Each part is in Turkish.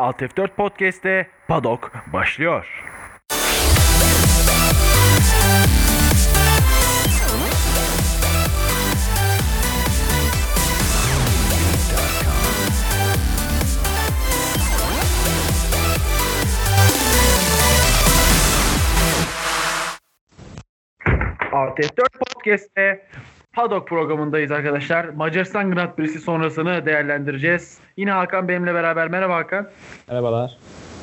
Alt F4 Podcast'te Paddock başlıyor. Alt F4 Podcast'te Paddock programındayız arkadaşlar. Macaristan Grand Prix'si sonrasını değerlendireceğiz. Yine Hakan benimle beraber. Merhaba Hakan. Merhabalar.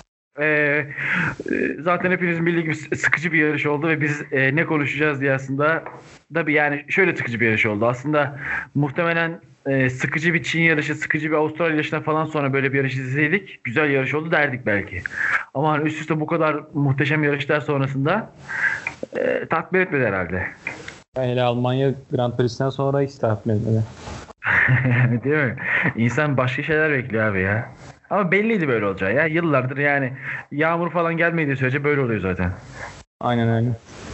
Zaten hepinizin bildiği gibi sıkıcı bir yarış oldu ve biz ne konuşacağız diye aslında tabii yani şöyle sıkıcı bir yarış oldu. Aslında muhtemelen sıkıcı bir Çin yarışı, sıkıcı bir Avustralya yarışından falan sonra böyle bir yarış izleseydik güzel yarış oldu derdik belki. Ama hani üst üste bu kadar muhteşem yarışlar sonrasında tatmin etmedi herhalde. Hele Almanya Grand Prix'sinden sonra hiç tatmin etmedi. Değil mi? İnsan başka şeyler bekliyor abi ya. Ama belliydi böyle olacağı ya. Yıllardır yani yağmur falan gelmediği sürece böyle oluyor zaten. Aynen öyle.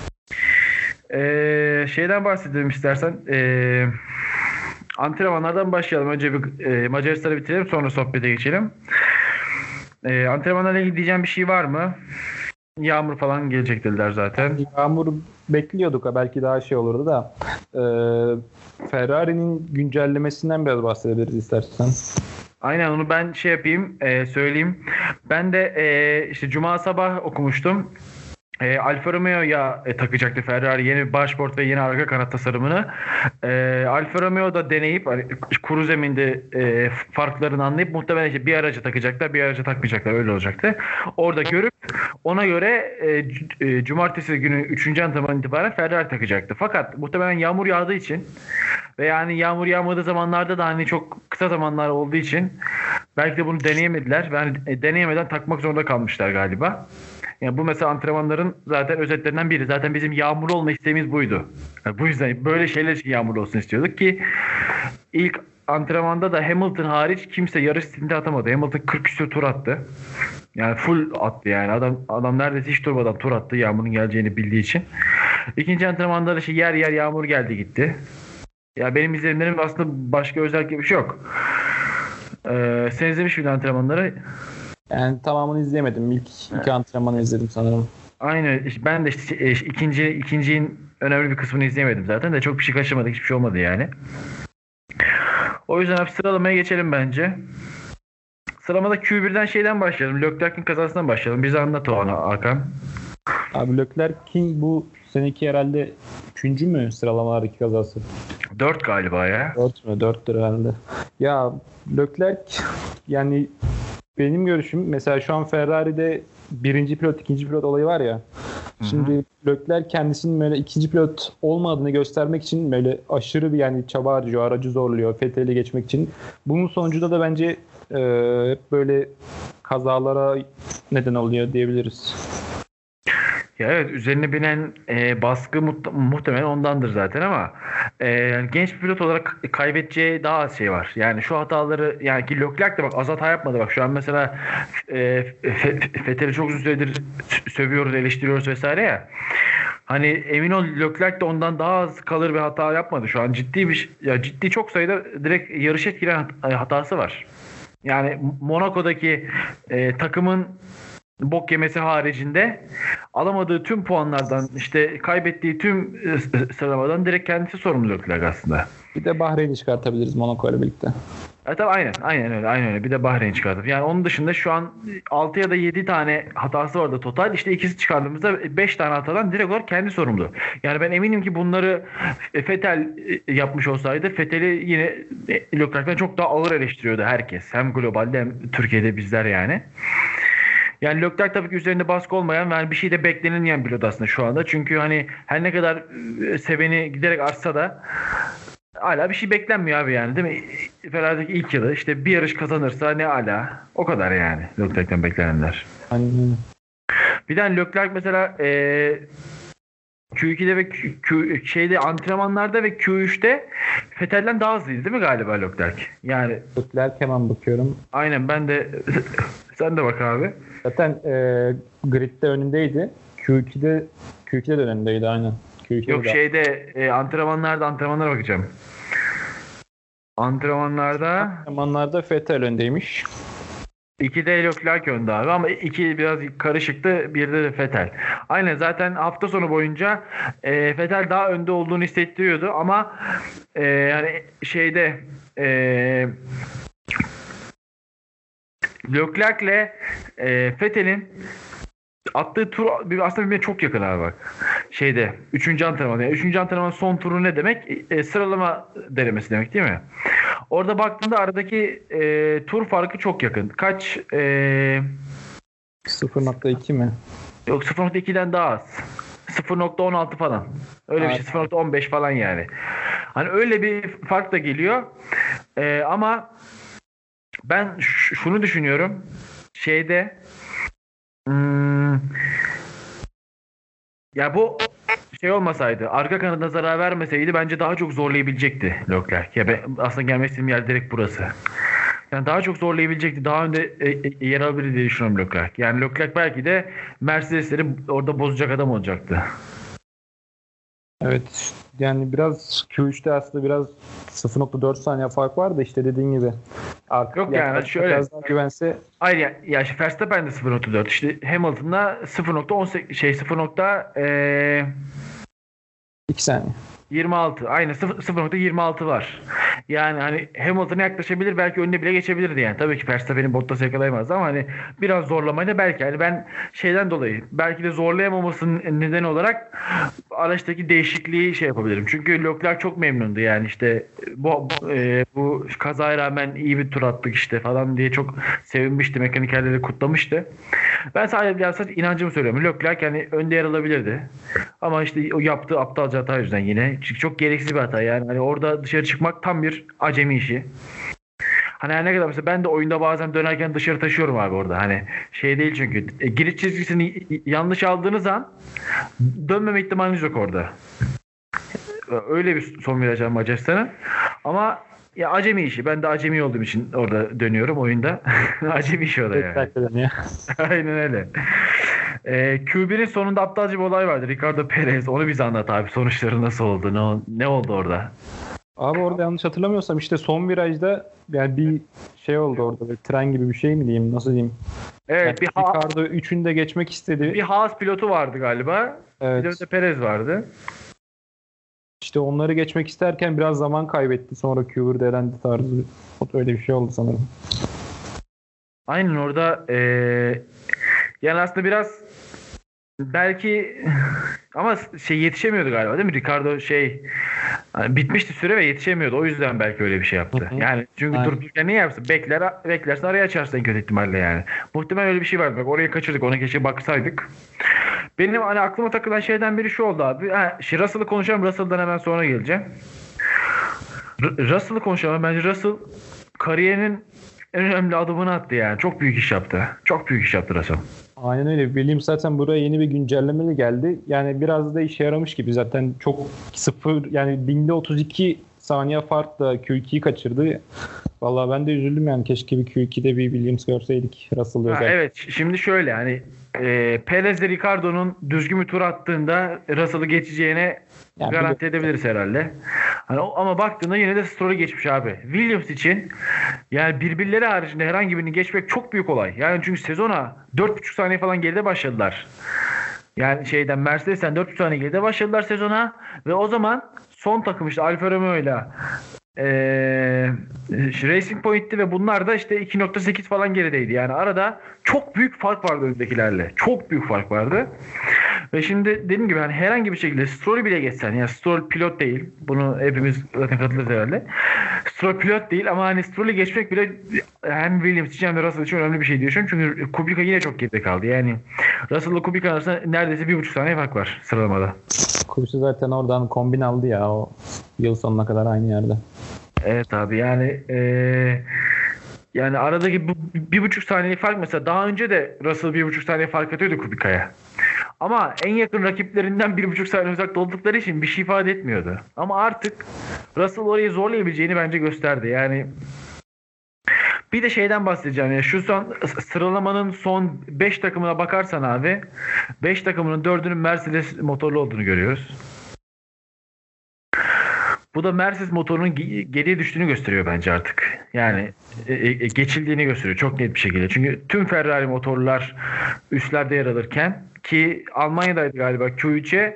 Şeyden bahsedelim istersen. Antrenmanlardan başlayalım. Önce bir Macaristan'ı bitirelim, sonra sohbete geçelim. Antrenmanlarla ilgili diyeceğim bir şey var mı? Yağmur falan gelecek dediler zaten. Yağmur bekliyorduk. Belki daha şey olurdu da. Ferrari'nin güncellemesinden biraz bahsedebiliriz istersen. Aynen, onu ben yapayım, söyleyeyim. Ben de işte Cuma sabah okumuştum. Alfa Romeo'ya takıcaktı Ferrari yeni bir dashboard ve yeni arka kanat tasarımını. Alfa Romeo da deneyip hani, kuru zeminde farklarını anlayıp muhtemelen işte bir araca takacaklar, bir araca takmayacaklar, öyle olacaktı. Orada görüp ona göre cumartesi günü 3. antrenman itibaren Ferrari takacaktı. Fakat muhtemelen yağmur yağdığı için ve yani yağmur yağmadığı zamanlarda da hani çok kısa zamanlar olduğu için belki de bunu deneyemediler. Yani deneyemeden takmak zorunda kalmışlar galiba. Yani bu mesela antrenmanların zaten özetlerinden biri. Zaten bizim yağmurlu olma isteğimiz buydu. Yani bu yüzden böyle şeyler için yağmurlu olsun istiyorduk ki ilk antrenmanda da Hamilton hariç kimse yarış stinti atamadı. Hamilton 40 küsur tur attı. Yani full attı yani. Adam neredeyse hiç durmadan tur attı yağmurun geleceğini bildiği için. İkinci antrenmanda da yer yer yağmur geldi gitti. Ya benim izlenimlerim aslında başka özellikle bir şey yok. Sen izlemiş miydin antrenmanları? Yani tamamını izleyemedim. İlk iki antrenmanı izledim sanırım. Aynen. Ben de işte ikincinin önemli bir kısmını izleyemedim zaten de çok bir şey kaçırmadık. Hiçbir şey olmadı yani. O yüzden hep sıralamaya geçelim bence. Sıralamada Q1'den şeyden başlayalım. Leclerc'in kazasından başlayalım. Bize anlat onu Hakan. Abi Leclerc'in bu seneki herhalde 3. mü sıralamalardaki kazası? 4 galiba ya. 4 mü? 4'tür herhalde. Ya Leclerc yani benim görüşüm mesela şu an Ferrari'de birinci pilot, ikinci pilot olayı var ya. Şimdi Leclerc kendisinin böyle ikinci pilot olmadığını göstermek için böyle aşırı bir yani çaba harcıyor, aracı zorluyor, Vettel'i geçmek için. Bunun sonucunda da bence hep böyle kazalara neden oluyor diyebiliriz. Ya evet, üzerine binen baskı muhtemelen ondandır zaten ama yani genç bir pilot olarak kaybedeceği daha az şey var. Yani şu hataları yani ki Leclerc de bak az hata yapmadı bak şu an mesela Vettel'i çok uzun süredir sövüyoruz, eleştiriyoruz vesaire ya. Hani emin ol Leclerc de ondan daha az kalır bir hata yapmadı. Şu an ciddi çok sayıda direkt yarışı etkileyen hatası var. Yani Monaco'daki takımın bok yemesi haricinde alamadığı tüm puanlardan işte kaybettiği tüm sıralamadan direkt kendisi sorumlu Leclerc aslında. Bir de Bahreyn'i çıkartabiliriz Monaco ile birlikte. Tabii aynen öyle. Bir de Bahreyn çıkartıp. Yani onun dışında şu an 6 ya da 7 tane hatası vardı total. İşte ikisi çıkardığımızda 5 tane hatadan direkt olarak kendi sorumlu. Yani ben eminim ki bunları Vettel yapmış olsaydı Vettel'i yine Leclerc'ten çok daha ağır eleştiriyordu herkes. Hem globalde hem Türkiye'de bizler yani. Yani Leclerc tabii ki üzerinde baskı olmayan ve yani bir şey de beklenilmeyen pilot aslında şu anda. Çünkü hani her ne kadar seveni giderek artsa da hala bir şey beklenmiyor abi yani değil mi? Ferrari'deki ilk yılı işte bir yarış kazanırsa ne ala. O kadar yani Leclerc'ten beklenenler. Aynen. Bir de Leclerc mesela Q2'de ve antrenmanlarda ve Q3'te Vettel'den daha hızlıydı değil mi galiba Leclerc? Yani Leclerc hemen bakıyorum. aynen ben de sen de bak abi. Zaten gridde önündeydi. Q2'de de önündeydi aynen. Q2'de Yok de. antrenmanlara bakacağım. Antrenmanlarda Antrenmanlarda Vettel öndeymiş. 2'de Leclerc önde abi ama 2 biraz karışıktı. 1'de de Vettel. Aynen zaten hafta sonu boyunca Vettel daha önde olduğunu hissettiriyordu ama yani şeyde Leclerc'le Vettel'in attığı tur aslında birbirine çok yakın abi bak. Şeyde 3. antrenman. Yani 3. antrenmanın son turu ne demek? Sıralama denemesi demek değil mi? Orada baktığında aradaki tur farkı çok yakın. Kaç? 0.2 mi? Yok 0.2'den daha az. 0.16 falan. Öyle bir şey. 0.15 falan yani. Hani öyle bir fark da geliyor. Ama ben şunu düşünüyorum. Şeyde ya bu şey olmasaydı, arka kanadına zarar vermeseydi bence daha çok zorlayabilecekti Leclerc. Ya ben aslında gelmek istediğim yer direkt burası. Yani daha çok zorlayabilecekti. Daha önde yer alabilir diye düşünüyorum Leclerc. Yani Leclerc belki de Mercedes'leri orada bozacak adam olacaktı. Evet. Yani biraz Q3'te aslında biraz 0.4 saniye fark var da işte dediğin gibi. Yok yani şöyle. Biraz daha güvense. Hayır ya işte Verstappen de 0.4. İşte Hamilton'da 0.18 İki saniye. 26. Aynı 0.26 var. Yani hani Hamilton'a yaklaşabilir, belki önüne bile geçebilirdi yani. Tabii ki Verstappen'in Bottas'ı yakalayamaz ama hani biraz zorlamayla belki. Yani ben şeyden dolayı belki de zorlayamamasının nedeni olarak araçtaki değişikliği şey yapabilirim. Çünkü Leclerc çok memnundu yani işte bu kazaya rağmen iyi bir tur attık işte falan diye çok sevinmişti. Mekanikerleri kutlamıştı. Ben sadece inancımı söylüyorum. Leclerc yani önde yer alabilirdi. Ama işte o yaptığı aptalca hata yüzünden yine. Çünkü çok gereksiz bir hata yani. Hani orada dışarı çıkmak tam bir acemi işi. Hani her ne kadar mesela ben de oyunda bazen dönerken dışarı taşıyorum abi orada. Hani şey değil çünkü giriş çizgisini yanlış aldığınız an dönmeme ihtimaliniz yok orada. Öyle bir son viraj Macaristan'a. Ama ya acemi işi. Ben de acemi olduğum için orada dönüyorum oyunda. Acemi işi o da yani. Aynen öyle. Q1'in sonunda aptalca bir olay vardı. Ricardo Perez. Onu bize anlat abi. Sonuçları nasıl oldu? Ne oldu orada? Abi orada yanlış hatırlamıyorsam işte son virajda yani bir şey oldu orada. Bir tren gibi bir şey mi diyeyim? Nasıl diyeyim? Evet. Yani Ricardo 3'ünü de geçmek istedi. Bir Haas pilotu vardı galiba. Evet. Bir de Perez vardı. İşte onları geçmek isterken biraz zaman kaybetti. Sonra Q1'de elendi tarzı. Öyle bir şey oldu sanırım. Aynen orada yani aslında biraz belki ama şey yetişemiyordu galiba değil mi? Ricardo hani bitmişti süre ve yetişemiyordu. O yüzden belki öyle bir şey yaptı. Hı hı. Yani çünkü Aynen. durup dururken ne yapsın? Beklersin araya açarsın en kötü ihtimalle yani. Muhtemelen öyle bir şey vardı. Bak orayı kaçırdık. Ona keşke baksaydık. Benim hani aklıma takılan şeyden biri şu oldu abi. Russell'ı konuşalım. Russell'dan hemen sonra geleceğim. Russell'ı konuşalım. Bence Russell kariyerinin en önemli adımını attı yani. Çok büyük iş yaptı. Çok büyük iş yaptı Russell. Aynen öyle. Williams zaten buraya yeni bir güncellemeli geldi. Yani biraz da işe yaramış gibi zaten çok sıfır yani binde 32 saniye farkla Q2'yi kaçırdı. Vallahi ben de üzüldüm yani keşke bir Q2'de bir Williams görseydik Russell'ı özellikle. Evet şimdi şöyle hani Perez ile Ricardo'nun düzgün bir tur attığında Russell'ı geçeceğine Yani garanti edebiliriz herhalde. Hani ama baktığında yine de Stroll'ü geçmiş abi. Williams için yani birbirleri haricinde herhangi birini geçmek çok büyük olay. Yani çünkü sezona 4,5 saniye falan geride başladılar. Yani Mercedes'ten 4,5 saniye geride başladılar sezona ve o zaman son takım işte Alfa Romeo ile Racing Point'ti ve bunlar da işte 2,8 falan gerideydi. Yani arada çok büyük fark vardı öndekilerle. Çok büyük fark vardı. Ve şimdi dediğim gibi hani herhangi bir şekilde Stroll'ü bile geçsen yani Stroll pilot değil. Bunu hepimiz zaten katılırız herhalde. Stroll pilot değil ama hani Stroll'ü geçmek bile hem Williams için hem de Russell için önemli bir şey diye düşünüyorum. Çünkü Kubica yine çok geride kaldı. Yani Russell'la Kubica arasında neredeyse 1,5 saniye fark var sıralamada. Kubica zaten oradan kombin aldı ya o yıl sonuna kadar aynı yerde. Evet abi yani aradaki bu 1,5 saniyelik fark mesela daha önce de Russell 1,5 saniye fark atıyordu Kubica'ya. Ama en yakın rakiplerinden 1,5 saniye uzakta oldukları için bir şey ifade etmiyordu. Ama artık Russell orayı zorlayabileceğini bence gösterdi. Yani bir de şeyden bahsedeceğim. Yani şu son sıralamanın son 5 takımına bakarsan abi 5 takımının 4'ünün Mercedes motorlu olduğunu görüyoruz. Bu da Mercedes motorunun geriye düştüğünü gösteriyor bence artık. Yani geçildiğini gösteriyor çok net bir şekilde. Çünkü tüm Ferrari motorlar üstlerde yer alırken ki Almanya'daydı galiba Q3'e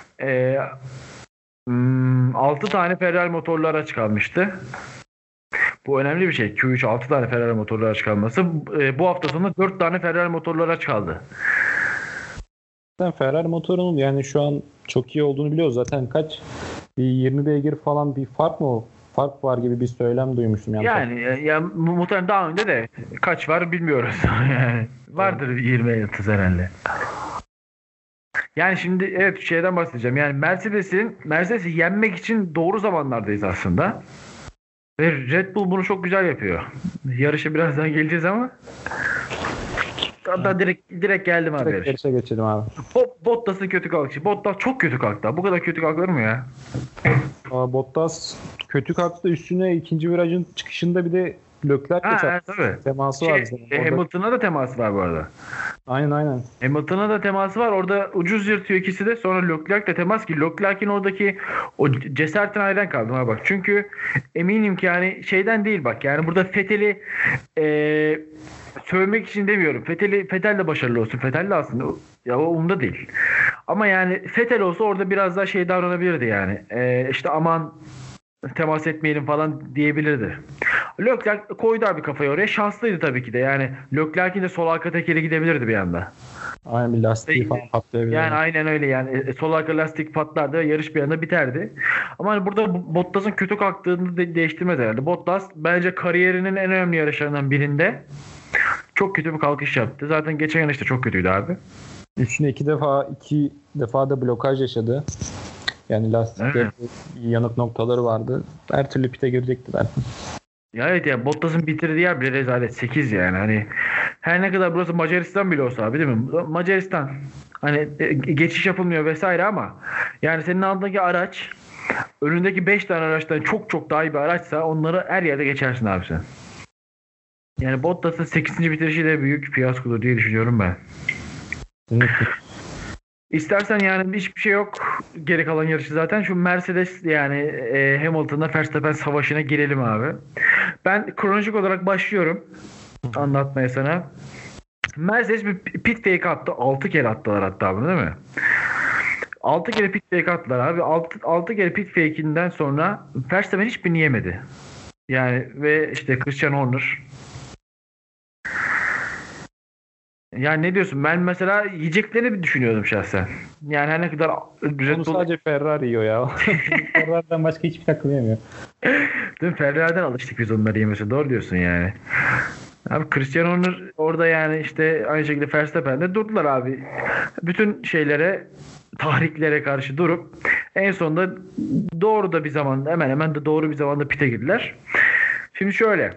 6 tane Ferrari motorlu araç kalmıştı. Bu önemli bir şey. Q3 6 tane Ferrari motorlu araç kalması. Bu hafta sonu 4 tane Ferrari motorlu araç kaldı. Ferrari motorunun yani şu an çok iyi olduğunu biliyoruz. Zaten kaç? Bir 20 beygir falan bir fark mı o? Fark var gibi bir söylem duymuştum. Yani ya muhtemelen daha önde de kaç var bilmiyoruz. Yani vardır 20-30 herhalde. Yani şimdi evet şeyden bahsedeceğim. Yani Mercedes'i yenmek için doğru zamanlardayız aslında. Ve Red Bull bunu çok güzel yapıyor. Yarışa birazdan geleceğiz ama hatta direkt geldim abi. Direkt yarışa geçelim abi. Bottas'ın kötü kalkışı. Bottas çok kötü kalktı. Bu kadar kötü kalkılır mı ya? Bottas kötü kalktı, üstüne ikinci virajın çıkışında bir de Leclerc'le tabii. Teması var. Hamilton'a da teması var bu arada. Aynen. Hamilton'a da teması var. Orada ucuz yırtıyor ikisi de. Sonra Leclerc'le temas ki Leclerc'in oradaki o cesaretine hayran kaldım ha bak. Çünkü eminim ki yani şeyden değil bak. Yani burada Vettel'i sövmek için demiyorum. Vettel de başarılı olsun. Vettel de aslında ya o umda değil. Ama yani Vettel olsa orada biraz daha şey davranabilirdi yani. İşte aman temas etmeyelim falan diyebilirdi. Leclerc koydu abi kafayı oraya. Şanslıydı tabii ki de. Yani Leclerc'in de sol arka tekeri gidebilirdi bir anda. Aynen bir lastiği falan patlayabilirdi. Yani aynen öyle yani. Sol arka lastik patlardı ve yarış bir anda biterdi. Ama hani burada Bottas'ın kötü kalktığını değiştirmez herhalde. Bottas bence kariyerinin en önemli yarışlarından birinde çok kötü bir kalkış yaptı. Zaten geçen yarışta çok kötüydü abi. Üçüne iki defa da blokaj yaşadı. Yani lastikte yanık noktaları vardı. Her türlü pite girecekti zaten. Ya evet ya Bottas'ın bitirdiği yer bile rezalet. 8 yani. Hani her ne kadar burası Macaristan bile olsa abi değil mi? Macaristan. Hani geçiş yapılmıyor vesaire ama yani senin altındaki araç önündeki 5 tane araçtan çok çok daha iyi bir araçsa onları her yerde geçersin abi sen. Yani Bottas'ın 8. bitirişi de büyük fiyaskodur diye düşünüyorum ben. İstersen yani hiçbir şey yok geri kalan yarışı zaten. Şu Mercedes yani Hamilton'la Verstappen savaşına girelim abi. Ben kronolojik olarak başlıyorum anlatmaya sana. Mercedes bir pit fake attı. 6 kere attılar hatta bunu değil mi? 6 kere pit fake attılar abi. 6 kere pit fake'inden sonra Verstappen hiçbirini yemedi. Yani ve işte Christian Horner. Yani ne diyorsun? Ben mesela yiyeceklerini düşünüyordum şahsen. Yani her ne kadar Red Bull... sadece Ferrari yiyor ya. Ferrari'den başka hiçbir takım yemiyor. Değil mi? Ferrari'den alıştık biz onları yemesi. Doğru diyorsun yani. Abi Christian Horner orada yani işte aynı şekilde Verstappen'de durdular abi. Bütün şeylere tahriklere karşı durup en sonunda doğru da bir zamanda hemen hemen de doğru bir zamanda pite girdiler. Şimdi şöyle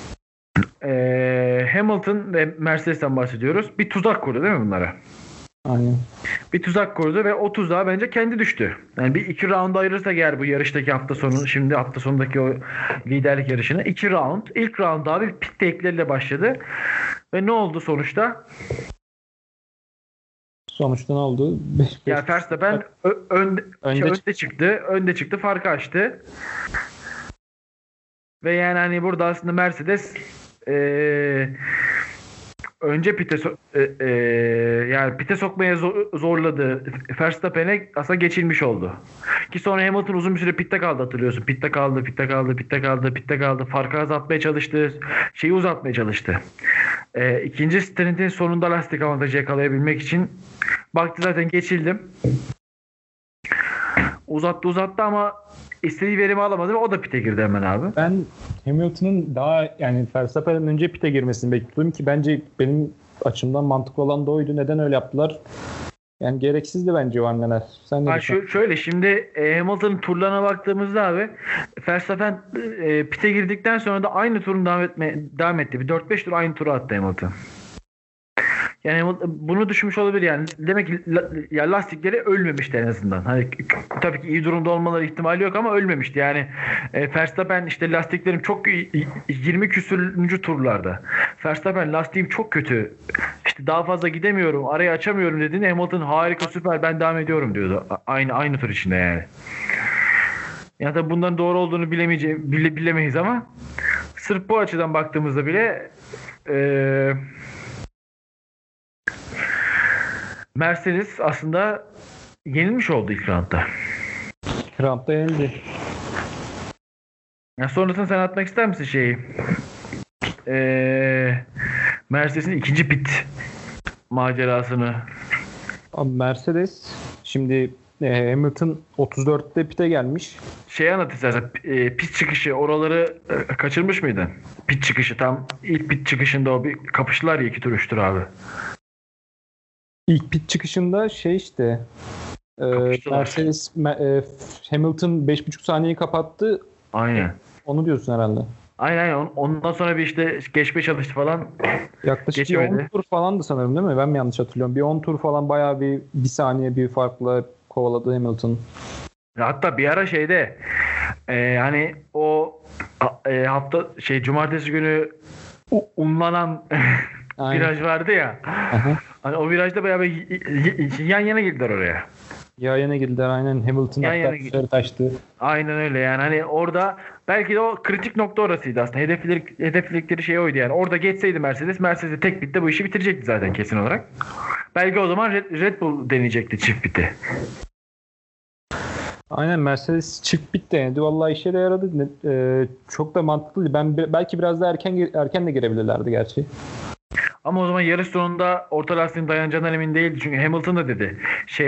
Hamilton ve Mercedes'ten bahsediyoruz. Bir tuzak kurdu değil mi bunlara? Aynen. Bir tuzak kurdu ve o tuzağa bence kendi düştü. Yani bir iki round ayırırsak eğer bu yarıştaki hafta sonu şimdi hafta sonundaki o liderlik yarışını 2 round. İlk round abi pit fake'leriyle başladı. Ve ne oldu sonuçta? Sonuçta ne oldu? Ya Verstappen önde çıktı, farkı açtı. Ve yani hani burada aslında Mercedes önce yani pite sokmaya zorladı Verstappen'e aslında geçilmiş oldu. Ki sonra Hamilton uzun bir süre pitte kaldı hatırlıyorsun. Pitte kaldı. Farkı azaltmaya çalıştı. Şeyi uzatmaya çalıştı. İkinci sprintin sonunda lastik avantajı yakalayabilmek için baktı zaten geçildim. Uzattı ama istediği verimi alamadı ve o da pite girdi hemen abi. Ben Hamilton'ın daha yani Verstappen'den önce pite girmesini bekliyordum ki bence benim açımdan mantıklı olan da oydu. Neden öyle yaptılar? Yani gereksizdi bence o hamleler. Sen ne düşünüyorsun? Şöyle şimdi Hamilton'ın turlarına baktığımızda abi Verstappen pite girdikten sonra da aynı turun devam etti. Bir 4-5 tur aynı turu attı Hamilton. Yani bunu düşünmüş olabilir yani. Demek ki ya lastikleri ölmemişti en azından. Hani tabii ki iyi durumda olmaları ihtimali yok ama ölmemişti. Yani Verstappen işte lastiklerim çok 20 küsürüncü turlarda. Verstappen lastiğim çok kötü. İşte daha fazla gidemiyorum, arayı açamıyorum dediğinde Hamilton harika süper ben devam ediyorum diyordu. Aynı tur içinde yani. Ya da bunların doğru olduğunu bilemeyiz ama sırf bu açıdan baktığımızda bile Mercedes aslında yenilmiş oldu ilk roundda. Trump'ta yenildi. Ya sonrasını sen atmak ister misin şeyi? Mercedes'in ikinci pit macerasını. Abi Mercedes şimdi Hamilton 34'te pite gelmiş. Şey anlat istersen. Pit çıkışı oraları kaçırmış mıydın? Pit çıkışı tam ilk pit çıkışında o bir kapıştılar ya 2 tur 3 tur abi. İlk pit çıkışında işte Mercedes Hamilton 5,5 saniyeyi kapattı. Aynen. Onu diyorsun herhalde. Aynen. Ondan sonra bir işte geçmeye çalıştı falan. Yaklaşık bir 10 tur falandı sanırım değil mi? Ben mi yanlış hatırlıyorum? Bir 10 tur falan bayağı bir saniye bir farkla kovaladı Hamilton. Hatta bir ara şeyde hani o hafta cumartesi günü unlanan viraj vardı ya. Aha. Hani o virajda bayağı yan yana girdiler oraya. Yan yana girdiler aynen. Hamilton hatta dışarı taştı. Aynen öyle yani. Hani orada belki de o kritik nokta orasıydı aslında. Hedefledikleri şey oydu yani. Orada geçseydi Mercedes tek pitte bu işi bitirecekti zaten kesin olarak. Belki o zaman Red Bull deneyecekti çift pitti. Aynen Mercedes çift pit denedi. Vallahi işe de yaradı. Çok da mantıklıydı. Belki biraz da erken de girebilirlerdi gerçi. Ama o zaman yarış sonunda orta lastiğin dayanacağından emin değildi. Çünkü Hamilton da dedi.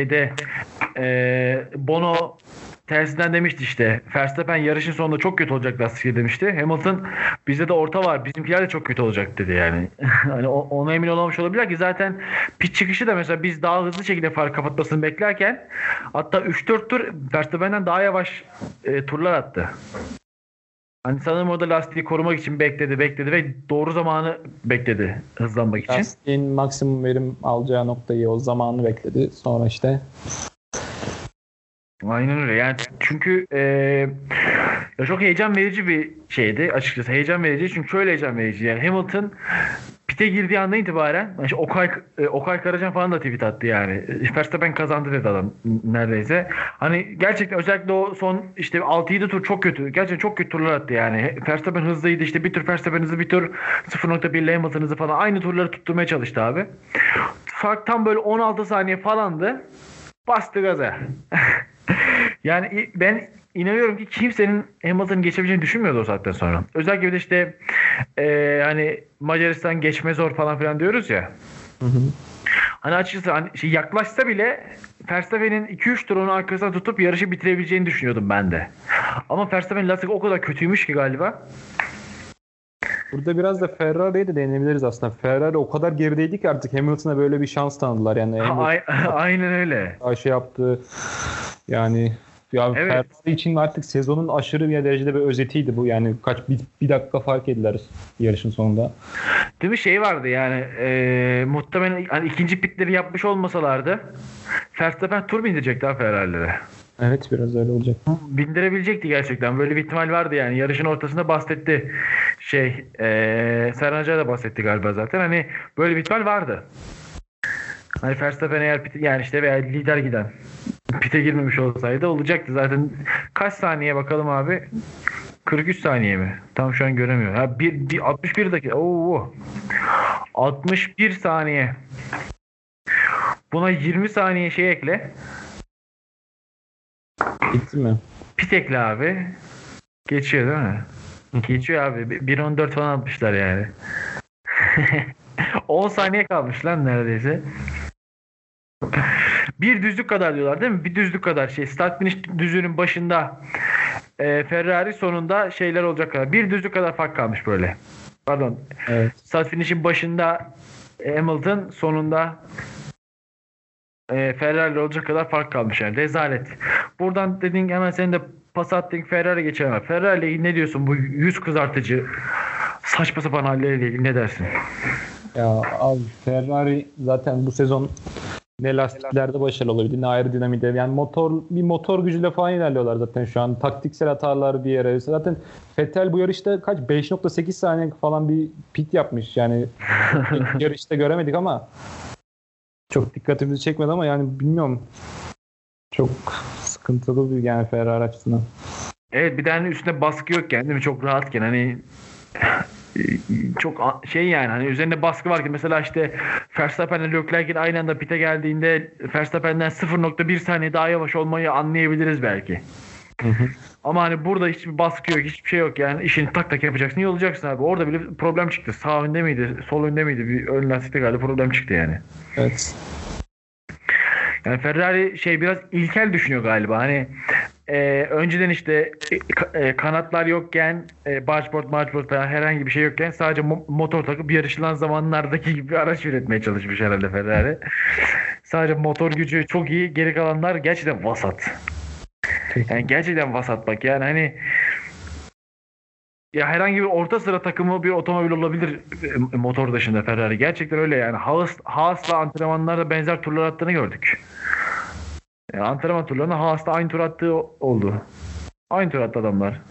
Bono tersinden demişti işte. Verstappen yarışın sonunda çok kötü olacak lastikleri demişti. Hamilton bizde de orta var. Bizimkiler de çok kötü olacak dedi yani. Hani ona emin olamamış olabilir ki zaten pit çıkışı da mesela biz daha hızlı şekilde fark kapatmasını beklerken hatta 3-4 tur Verstappen'den daha yavaş turlar attı. Hani sanırım orada lastiği korumak için bekledi ve doğru zamanı bekledi hızlanmak için. Lastiğin maksimum verim alacağı noktayı o zamanı bekledi. Sonra işte. Aynen öyle. Yani çünkü ya çok heyecan verici bir şeydi açıkçası. Heyecan verici çünkü şöyle heyecan verici. Yani Hamilton pite girdiği andan itibaren işte Okay Karacan falan da tweet attı yani. Verstappen kazandı dedi adam neredeyse. Hani gerçekten özellikle o son işte 6-7 tur çok kötü. Gerçekten çok kötü turlar attı yani. Verstappen hızlıydı işte bir tur Verstappen hızlı bir tur 0.1 ile Hamilton hızı falan aynı turları tutturmaya çalıştı abi. Fark tam böyle 16 saniye falandı. Bastı gaza. Yani ben inanıyorum ki kimsenin Hamilton'ı geçebileceğini düşünmüyordu o saatten sonra. Özellikle bir de işte hani Macaristan geçme zor falan filan diyoruz ya. Hı hı. Hani açıkçası hani yaklaşsa bile Verstappen'in 2-3 tur onu arkasına tutup yarışı bitirebileceğini düşünüyordum ben de. Ama Verstappen'in lastik o kadar kötüymüş ki galiba. Burada biraz da Ferrari'ye de değinebiliriz aslında. Ferrari o kadar gerideydi ki artık Hamilton'a böyle bir şans tanıdılar. Yani aynen öyle. Şey yaptı. Yani ya Evet. Ferrari için artık sezonun aşırı bir derecede bir özetiydi bu. Yani bir dakika fark ettiler yarışın sonunda. Değil mi vardı yani muhtemelen hani ikinci pitleri yapmış olmasalardı Verstappen tur bindirecekti ha Ferrari'lere. Evet biraz öyle olacak. Bindirebilecekti gerçekten. Böyle bir ihtimal vardı yani. Yarışın ortasında bahsetti. Serhan Hoca da bahsetti galiba zaten. Hani böyle bir ihtimal vardı. Hani Verstappen eğer yani işte veya lider giden pite girmemiş olsaydı olacaktı. Zaten kaç saniye bakalım abi? 43 saniye mi? Tam şu an göremiyorum. Ha 61 dakika. Oo. 61 saniye. Buna 20 saniye ekle. Gitti mi? Pit ekle abi. Geçiyor değil mi? Geçiyor abi. 1.14 falan atmışlar yani. 10 saniye kalmış lan neredeyse. Bir düzlük kadar diyorlar değil mi? Bir düzlük kadar start finish düzlüğünün başında Ferrari sonunda şeyler olacak kadar. Bir düzlük kadar fark kalmış böyle. Pardon. Evet. Start finish'in başında Hamilton sonunda Ferrari olacak kadar fark kalmış yani. Rezalet. Buradan dediğin hemen senin de pas attığın Ferrari geçemem. Ferrari ne diyorsun bu yüz kızartıcı saçma sapan halleriyle ilgili ne dersin? Ya abi Ferrari zaten bu sezon ne lastiklerde başarılı olabildi ne aerodinamide. Yani motor gücüyle falan ilerliyorlar zaten şu an. Taktiksel hatalar bir yere. Zaten Vettel bu yarışta 5.8 saniye falan bir pit yapmış. Yani yarışta göremedik ama çok dikkatimizi çekmedi ama yani bilmiyorum. Çok sıkıntılı bir yani Ferrari açısından. Evet bir de hani üstüne baskı yokken değil mi? Çok rahatken hani çok şey yani hani üzerinde baskı var ki mesela işte Verstappen'le Leclerc'in aynı anda pite geldiğinde Verstappen'den 0,1 saniye daha yavaş olmayı anlayabiliriz belki. Hı hı. Ama hani burada hiçbir baskı yok, hiçbir şey yok yani işini tak tak yapacaksın, yolacaksın abi. Orada bile problem çıktı. Sağ önde miydi, sol önde miydi? Bir ön lastikte galiba problem çıktı yani. Evet. Yani Ferrari şey biraz ilkel düşünüyor galiba. Hani önceden işte kanatlar yokken bargeboard falan herhangi bir şey yokken sadece motor takıp yarışılan zamanlardaki gibi bir araç üretmeye çalışmış herhalde Ferrari. Sadece motor gücü çok iyi, geri kalanlar gerçekten vasat. Yani gerçekten vasat bak yani hani ya herhangi bir orta sıra takımı bir otomobil olabilir motor dışında Ferrari. Gerçekten öyle yani. Haas'la antrenmanlarda benzer turlar attığını gördük. Yani antrenman turlarında Haas'ta aynı tur attığı oldu. Aynı tur attı adamlar.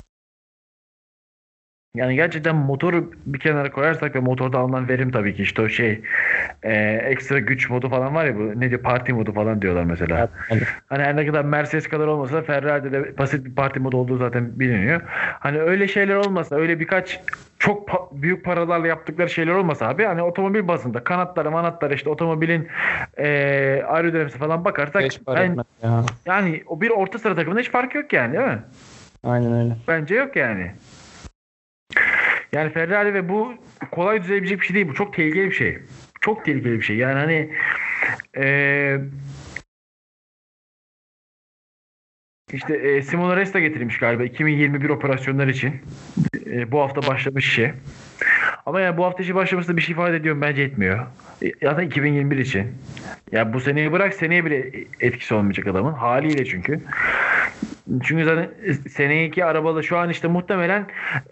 Yani gerçekten motoru bir kenara koyarsak ve motorda alınan verim tabii ki işte o şey ekstra güç modu falan var ya, bu ne diyor, parti modu falan diyorlar mesela. Evet. Hani her ne kadar Mercedes kadar olmasa da Ferrari'de de basit bir parti modu olduğu zaten biliniyor. Hani öyle şeyler olmasa, öyle birkaç çok büyük paralarla yaptıkları şeyler olmasa abi, hani otomobil bazında kanatları manatları işte otomobilin aerodinamisi falan bakarsak Beş para ben etmez ya. yani o bir orta sıra takımında hiç fark yok yani, değil mi? Aynen öyle. Bence yok yani. Yani Ferrari ve bu kolay düzelebilecek bir şey değil. Bu çok tehlikeli bir şey. Çok tehlikeli bir şey. Yani hani eee işte Simona Resta getirilmiş galiba 2021 operasyonlar için. Bu hafta başlamış işe. Ama yani bu hafta işi başlaması da bir şey ifade ediyor mu? Bence etmiyor. Zaten 2021 için. Ya bu seneyi bırak, seneye bile etkisi olmayacak adamın. Haliyle çünkü. Çünkü zaten seneki arabalı şu an işte muhtemelen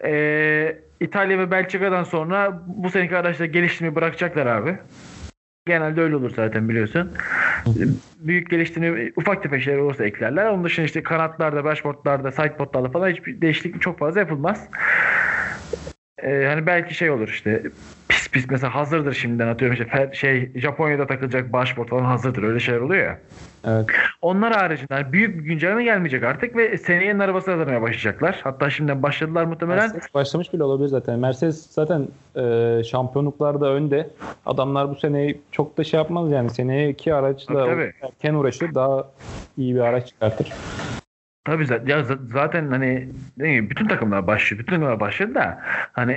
İtalya ve Belçika'dan sonra bu seneki araçla geliştirmeyi bırakacaklar abi. Genelde öyle olur zaten biliyorsun. Büyük geliştirme, ufak tefek şeyler olursa eklerler. Onun dışında işte kanatlarda, dashboardlarda, sidepodlarda falan hiçbir değişiklik çok fazla yapılmaz. Hani belki şey olur işte pis mesela hazırdır şimdiden, atıyorum işte Japonya'da takılacak dashboard falan hazırdır, öyle şeyler oluyor ya. Evet. Onlar haricinde hani büyük bir güncelleme gelmeyecek artık ve seneyenin arabası hazırlamaya başlayacaklar. Hatta şimdiden başladılar muhtemelen. Mercedes başlamış bile olabilir zaten. Mercedes zaten şampiyonluklarda önde. Adamlar bu seneyi çok da şey yapmaz yani. Seneye iki araçla Tabii. erken uğraşır. Daha iyi bir araç çıkartır. Tabii ya zaten hani bütün takımlar başlıyor. Bütün takımlar başladı da hani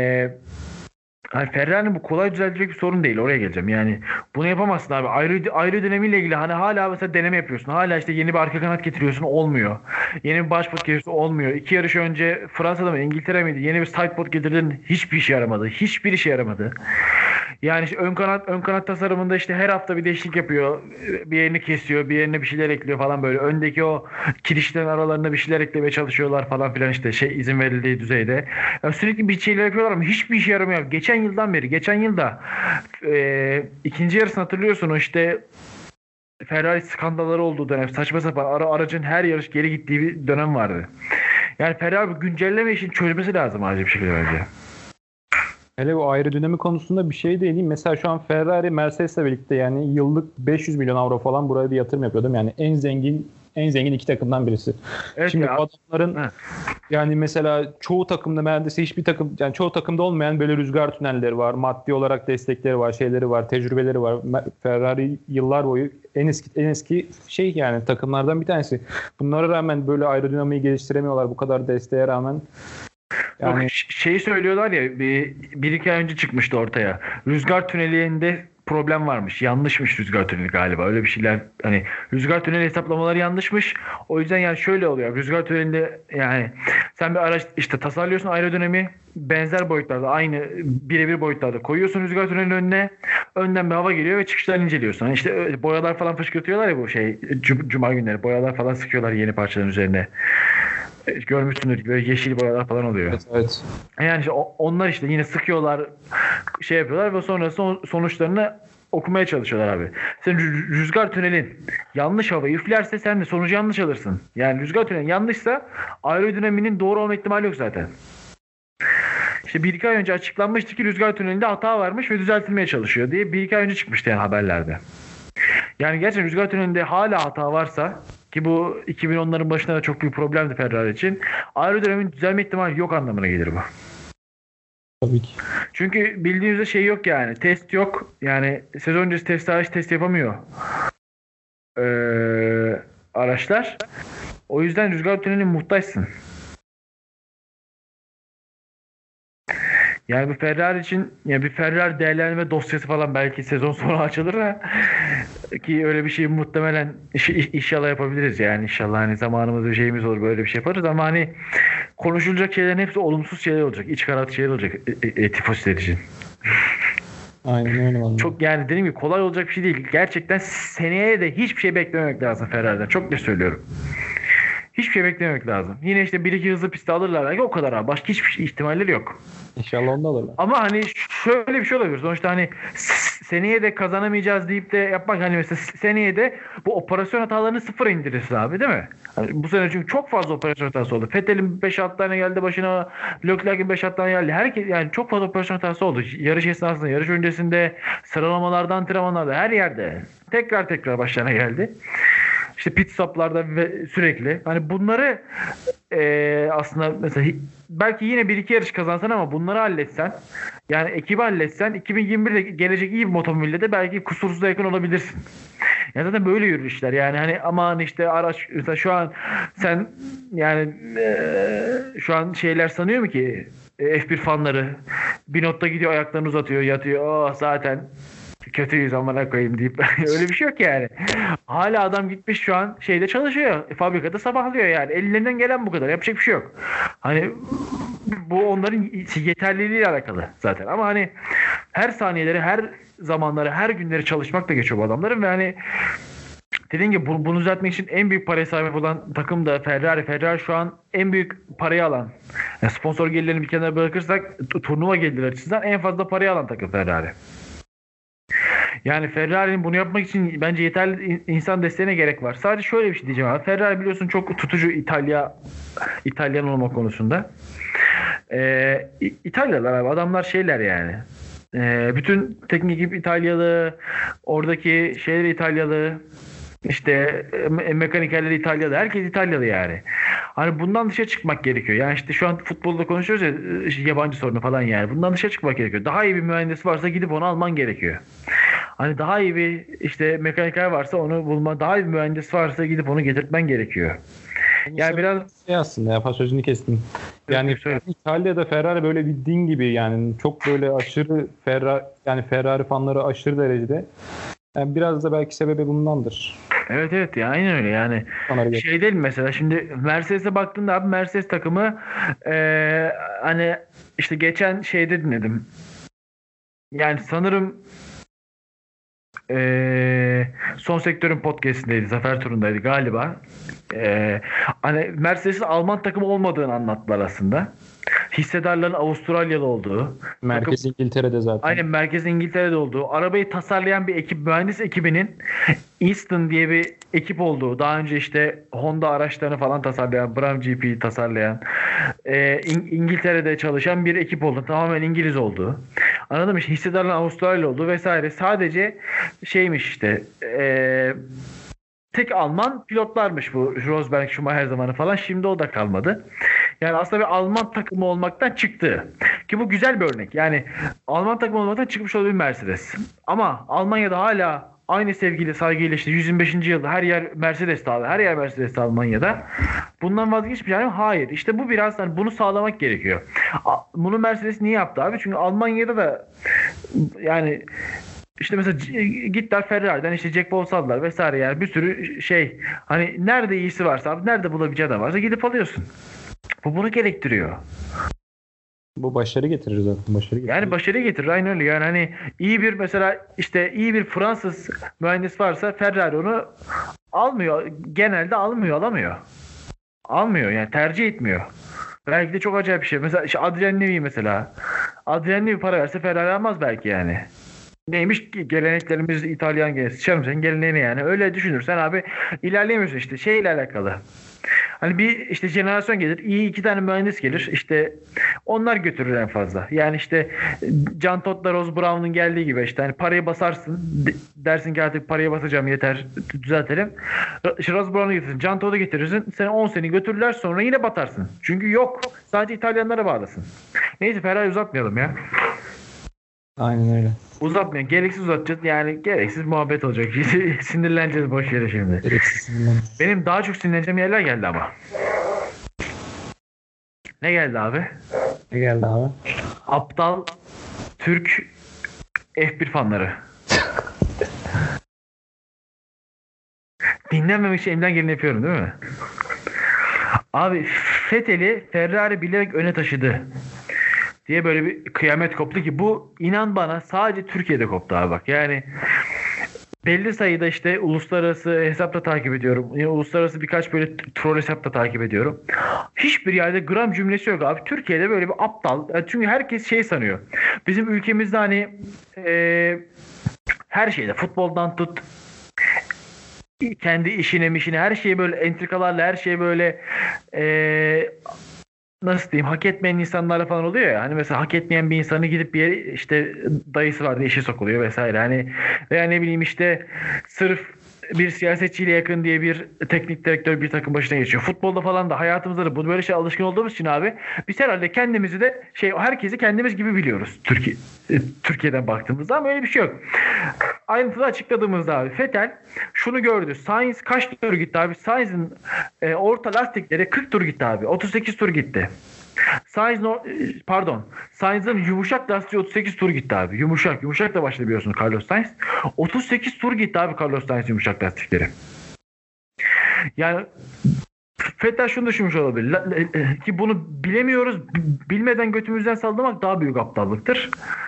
hani Ferrari'nin bu kolay düzelecek bir sorun değil. Oraya geleceğim. Yani bunu yapamazsın abi. Aerodinamiyle ilgili hani hala mesela deneme yapıyorsun. Hala işte yeni bir arka kanat getiriyorsun. Olmuyor. Yeni bir başpot getiriyorsun. Olmuyor. 2 yarış önce Fransa'da mı İngiltere miydi? Yeni bir sidepod getirdin. Hiçbir işe yaramadı. Hiçbir işe yaramadı. Yani işte ön kanat tasarımında işte her hafta bir değişiklik yapıyor. Bir yerini kesiyor, bir yerine bir şeyler ekliyor falan böyle. Öndeki o kirişlerin aralarına bir şeyler eklemeye çalışıyorlar falan filan işte izin verildiği düzeyde. Yani sürekli bir şeyler yapıyorlar ama hiçbir işe yaramıyor. Geçen yılda ikinci yarısını hatırlıyorsun, o işte Ferrari skandalları olduğu dönem, saçma sapan aracın her yarış geri gittiği bir dönem vardı. Yani Ferrari güncelleme işini çözmesi lazım acil bir şekilde bence. Hele bu aerodinamik konusunda bir şey değineyim. Mesela şu an Ferrari Mercedes'le birlikte yani yıllık 500 milyon avro falan buraya bir yatırım yapıyordum. Yani en zengin iki takımdan birisi. Evet Şimdi ya. bu adamların yani mesela çoğu takımda neredeyse hiçbir takım, yani çoğu takımda olmayan böyle rüzgar tünelleri var. Maddi olarak destekleri var, şeyleri var, tecrübeleri var. Ferrari yıllar boyu en eski şey yani takımlardan bir tanesi. Bunlara rağmen böyle aerodinamiği geliştiremiyorlar bu kadar desteğe rağmen. Yani... Yok, şeyi söylüyorlar ya, bir iki ay önce çıkmıştı ortaya. Rüzgar tünelinde problem varmış. Yanlışmış rüzgar tüneli galiba. Öyle bir şeyler, hani rüzgar tüneli hesaplamaları yanlışmış. O yüzden yani şöyle oluyor. Rüzgar tünelinde yani sen bir araç işte tasarlıyorsun, aerodinami benzer boyutlarda, aynı birebir boyutlarda koyuyorsun rüzgar tünelinin önüne. Önden bir hava geliyor ve çıkışlarını inceliyorsun. Yani işte boyalar falan fışkırtıyorlar ya bu cuma günleri. Boyalar falan sıkıyorlar yeni parçaların üzerine. Görmüşsündür, böyle yeşil boyalar falan oluyor. Evet, evet. Yani işte onlar işte yine sıkıyorlar, şey yapıyorlar ve sonrasında sonuçlarını okumaya çalışıyorlar abi. Sen rüzgar tünelin yanlış hava üflerse sen de sonucu yanlış alırsın. Yani rüzgar tünelin yanlışsa aerodinaminin doğru olma ihtimali yok zaten. İşte bir iki ay önce açıklanmıştı ki rüzgar tünelinde hata varmış ve düzeltilmeye çalışıyor diye, bir iki ay önce çıkmıştı yani haberlerde. Yani gerçekten rüzgar tünelinde hala hata varsa, ki bu 2010'ların başında da çok büyük problemdi Ferrari için, aerodinamiğin düzelme ihtimali yok anlamına gelir bu. Tabii ki. Çünkü bildiğinizde şey yok yani. Test yok. Yani sezon öncesi test yapamıyor. Araçlar. O yüzden rüzgar tüneline muhtaçsın. Yani bir Ferrari için ya bir Ferrari değerlendirme dosyası falan belki sezon sonu açılır da ki öyle bir şey muhtemelen inşallah yapabiliriz yani inşallah hani zamanımız bir şeyimiz olur böyle bir şey yaparız ama hani konuşulacak şeylerin hepsi olumsuz şeyler olacak. İç karartı şeyler olacak tifosiler için. Aynen öyle vallahi. Çok yani dediğim gibi kolay olacak bir şey değil. Gerçekten seneye de hiçbir şey beklememek lazım Ferrari'den. Çok ne söylüyorum. Hiçbir şey beklememek lazım. Yine işte 1-2 hızlı pisti alırlar belki o kadar abi. Başka hiçbir şey, ihtimalleri yok. İnşallah onu da alırlar. Ama hani şöyle bir şey olabilir. Sonuçta hani seneye de kazanamayacağız deyip de yapmak hani mesela seneye de bu operasyon hatalarını sıfıra indirirsin abi değil mi? Hani bu sene çünkü çok fazla operasyon hatası oldu. Vettel'in 5-6 tane geldi başına. Leclerc'in 5-6 tane geldi. Herkes yani çok fazla operasyon hatası oldu. Yarış esnasında, yarış öncesinde, sıralamalarda, antrenmanlarda her yerde. Tekrar başlarına geldi. İşte pit stoplarda ve sürekli. Hani bunları aslında mesela belki yine 1-2 yarış kazansan ama bunları halletsen yani ekibi halletsen 2021'de gelecek iyi bir otomobille de belki kusursuza yakın olabilirsin. Ya zaten böyle yürür işler. Yani hani aman işte araç mesela şu an sen yani şu an şeyler sanıyor mu ki F1 fanları bir notta gidiyor ayaklarını uzatıyor yatıyor. Oh zaten kötüyüz amına koyayım deyip öyle bir şey yok yani. Hala adam gitmiş şu an şeyde çalışıyor. Fabrikada sabahlıyor yani. Ellerinden gelen bu kadar. Yapacak bir şey yok. Hani bu onların yeterliliğiyle alakalı zaten. Ama hani her saniyeleri, her zamanları, her günleri çalışmakla geçiyor bu adamların ve hani dediğim gibi bunu düzeltmek için en büyük paraya sahip olan takım da Ferrari. Ferrari şu an en büyük parayı alan. Yani sponsor gelirlerini bir kenara bırakırsak turnuva gelirleri açısından en fazla parayı alan takım Ferrari. Yani Ferrari'nin bunu yapmak için bence yeterli insan desteğine gerek var. Sadece şöyle bir şey diyeceğim abi. Ferrari biliyorsun çok tutucu İtalyan olma konusunda. İtalyalılar abi. Adamlar şeyler yani. Bütün teknik ekip İtalyalı. Oradaki şeyler İtalyalı. İşte mekanikerleri İtalyalı. Herkes İtalyalı yani. Hani bundan dışarı çıkmak gerekiyor. Yani işte şu an futbolda konuşuyoruz ya yabancı sorunu falan yani. Bundan dışarı çıkmak gerekiyor. Daha iyi bir mühendis varsa gidip onu alman gerekiyor. Hani daha iyi bir işte mekaniker varsa onu bulma, daha iyi bir mühendis varsa gidip onu getirtmen gerekiyor. Yani biraz şey aslında ya sözünü kestim. Yani İtalya'da Ferrari böyle bir din gibi yani çok böyle aşırı Ferrari fanları aşırı derecede. Yani biraz da belki sebebi bundandır. Evet ya aynen öyle yani. Şey değil mesela şimdi Mercedes'e baktığında abi Mercedes takımı hani işte geçen şeyde dinledim. Yani sanırım Son Sektör'ün podcast'indeydi. Zafer turundaydı galiba. Hani Mercedes'in Alman takımı olmadığını anlattılar aslında. Hissedarların Avustralyalı olduğu. Merkez İngiltere'de zaten. Aynen merkez İngiltere'de olduğu. Arabayı tasarlayan bir ekip, mühendis ekibinin Easton diye bir ekip olduğu. Daha önce işte Honda araçlarını falan tasarlayan, Brown GP'yi tasarlayan, İngiltere'de çalışan bir ekip oldu. Tamamen İngiliz olduğu. Anladın mı? İşte hissedarların Avustralyalı olduğu vesaire. Sadece şeymiş işte tek Alman pilotlarmış bu Rosberg, Schumacher zamanı falan. Şimdi o da kalmadı. Yani aslında bir Alman takımı olmaktan çıktı. Ki bu güzel bir örnek. Yani Alman takımı olmaktan çıkmış olabilir Mercedes. Ama Almanya'da hala aynı sevgiyle, saygıyla işte 125. yılda her yer Mercedes'te abi. Her yer Mercedes'te Almanya'da. Bundan vazgeçmeyecek mi? Hayır. İşte bu biraz hani bunu sağlamak gerekiyor. Bunu Mercedes niye yaptı abi? Çünkü Almanya'da da yani İşte mesela gittiler Ferrari'den işte Jack Paul aldılar vesaire yani bir sürü şey hani nerede iyisi varsa abi nerede bulabileceği de varsa gidip alıyorsun. Bu bunu gerektiriyor. Bu başarı getirir zaten. Yani başarı getirir aynen öyle yani hani iyi bir mesela işte iyi bir Fransız mühendis varsa Ferrari onu almıyor. Genelde alamıyor. Almıyor yani tercih etmiyor. Belki de çok acayip bir şey. Mesela işte Adrian Newey mesela. Adrian Newey para verse Ferrari almaz belki yani. Neymiş geleneklerimiz İtalyan geleneği. Sıçarım senin geleneğini yani. Öyle düşünürsen abi ilerleyemiyorsun işte. Şeyle alakalı. Hani bir işte jenerasyon gelir. İyi 2 tane mühendis gelir. İşte Onlar götürür en fazla. Yani işte Can Todd'la Rose Brown'un geldiği gibi işte hani parayı basarsın dersin ki artık parayı basacağım yeter düzeltelim. İşte Rose Brown'u getirirsin. Can Todd'u getirirsin. Seni 10 sene götürürler sonra yine batarsın. Çünkü yok. Sadece İtalyanlara bağlasın. Neyse Ferrari uzatmayalım ya. Aynen öyle. Uzatmayalım. Gereksiz uzatacağız. Yani gereksiz muhabbet olacak. Sinirleneceğiz boş yere şimdi. Gereksiz. Benim daha çok sinirleneceğim yerler geldi ama. Ne geldi abi? Ne geldi abi? Aptal Türk F1 fanları. Dinlenmemek için elimden geleni yapıyorum değil mi? Abi Vettel'i Ferrari bilerek öne taşıdı diye böyle bir kıyamet koptu ki bu inan bana sadece Türkiye'de koptu abi bak. Yani belli sayıda işte uluslararası hesapta takip ediyorum. Yani uluslararası birkaç böyle troll hesapta takip ediyorum. Hiçbir yerde gram cümlesi yok abi. Türkiye'de böyle bir aptal. Çünkü herkes şey sanıyor. Bizim ülkemizde hani her şeyde futboldan tut kendi işine her şeyi böyle entrikalarla her şeyi böyle nasıl diyeyim hak etmeyen insanlarla falan oluyor ya. Hani mesela hak etmeyen bir insanı gidip bir yere işte dayısı var diye işe sokuluyor vesaire. Hani veya ne bileyim işte sırf bir siyasetçiyle yakın diye bir teknik direktör bir takım başına geçiyor. Futbolda falan da hayatımızda da bu böyle şey alışkın olduğumuz için abi biz herhalde kendimizi de herkesi kendimiz gibi biliyoruz. Türkiye'den baktığımızda ama öyle bir şey yok. Ayrıntılı açıkladığımızda abi Vettel şunu gördü. Sainz kaç tur gitti abi? Sainz'in orta lastikleri 40 tur gitti abi. 38 tur gitti. Sainz'ın yumuşak lastiği 38 tur gitti abi. Yumuşak da başladı biliyorsunuz Carlos Sainz. 38 tur gitti abi Carlos Sainz yumuşak lastikleri. Yani Vettel şunu düşünmüş olabilir. Ki bunu bilemiyoruz. Bilmeden götümüzden sallamak daha büyük aptallıktır.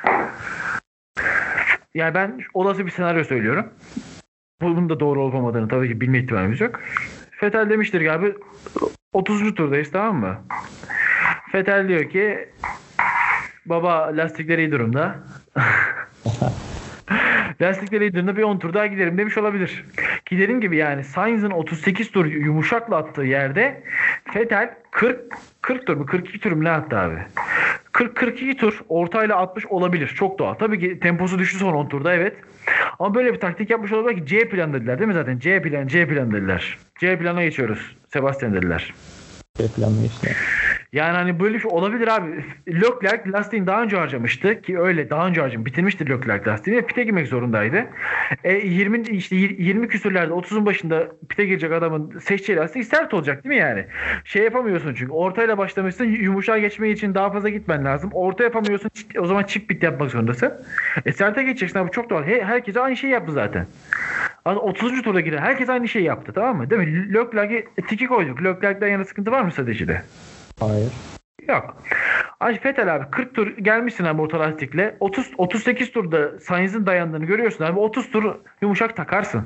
Yani ben olası bir senaryo söylüyorum. Bunun da doğru olup olmadığını tabii ki bilme ihtimalimiz yok. Vettel demiştir ki abi 30. turdayız tamam mı? Vettel diyor ki baba lastikleri iyi durumda. Lastikleri iyi durumda bir 10 tur daha giderim demiş olabilir. Ki dediğim gibi yani Sainz'ın 38 tur yumuşakla attığı yerde Vettel 40 tur mu 42 tur mu ne attı abi? 40-42 tur ortayla 60 olabilir. Çok doğal. Tabii ki temposu düştü son 10 turda evet. Ama böyle bir taktik yapmış olabilir ki C plan dediler değil mi zaten? C plan dediler. C plana geçiyoruz. Sebastian dediler. C planı işte. Yani hani böyle bir şey olabilir abi. Leclerc lastiğini daha önce harcamıştı ki öyle daha önce bitirmişti Leclerc lastiğini ve pite girmek zorundaydı. 20 küsürlerde 30'un başında pite girecek adamın seçeceği lastiği sert olacak değil mi yani? Şey yapamıyorsun çünkü ortayla başlamışsın yumuşağa geçmeyi için daha fazla gitmen lazım. Orta yapamıyorsun o zaman çift pit yapmak zorundasın. Serte geçeceksin abi çok doğal. Herkes aynı şeyi yaptı zaten. 30. turda giren herkes aynı şeyi yaptı tamam mı? Değil mi? Leclerc'e tiki koyduk. Leclerc'den yana sıkıntı var mı stratejide? Hayır. Yok. Vettel abi 40 tur gelmişsin abi orta lastikle. 38 turda Sainz'in dayandığını görüyorsun abi. 30 tur yumuşak takarsın.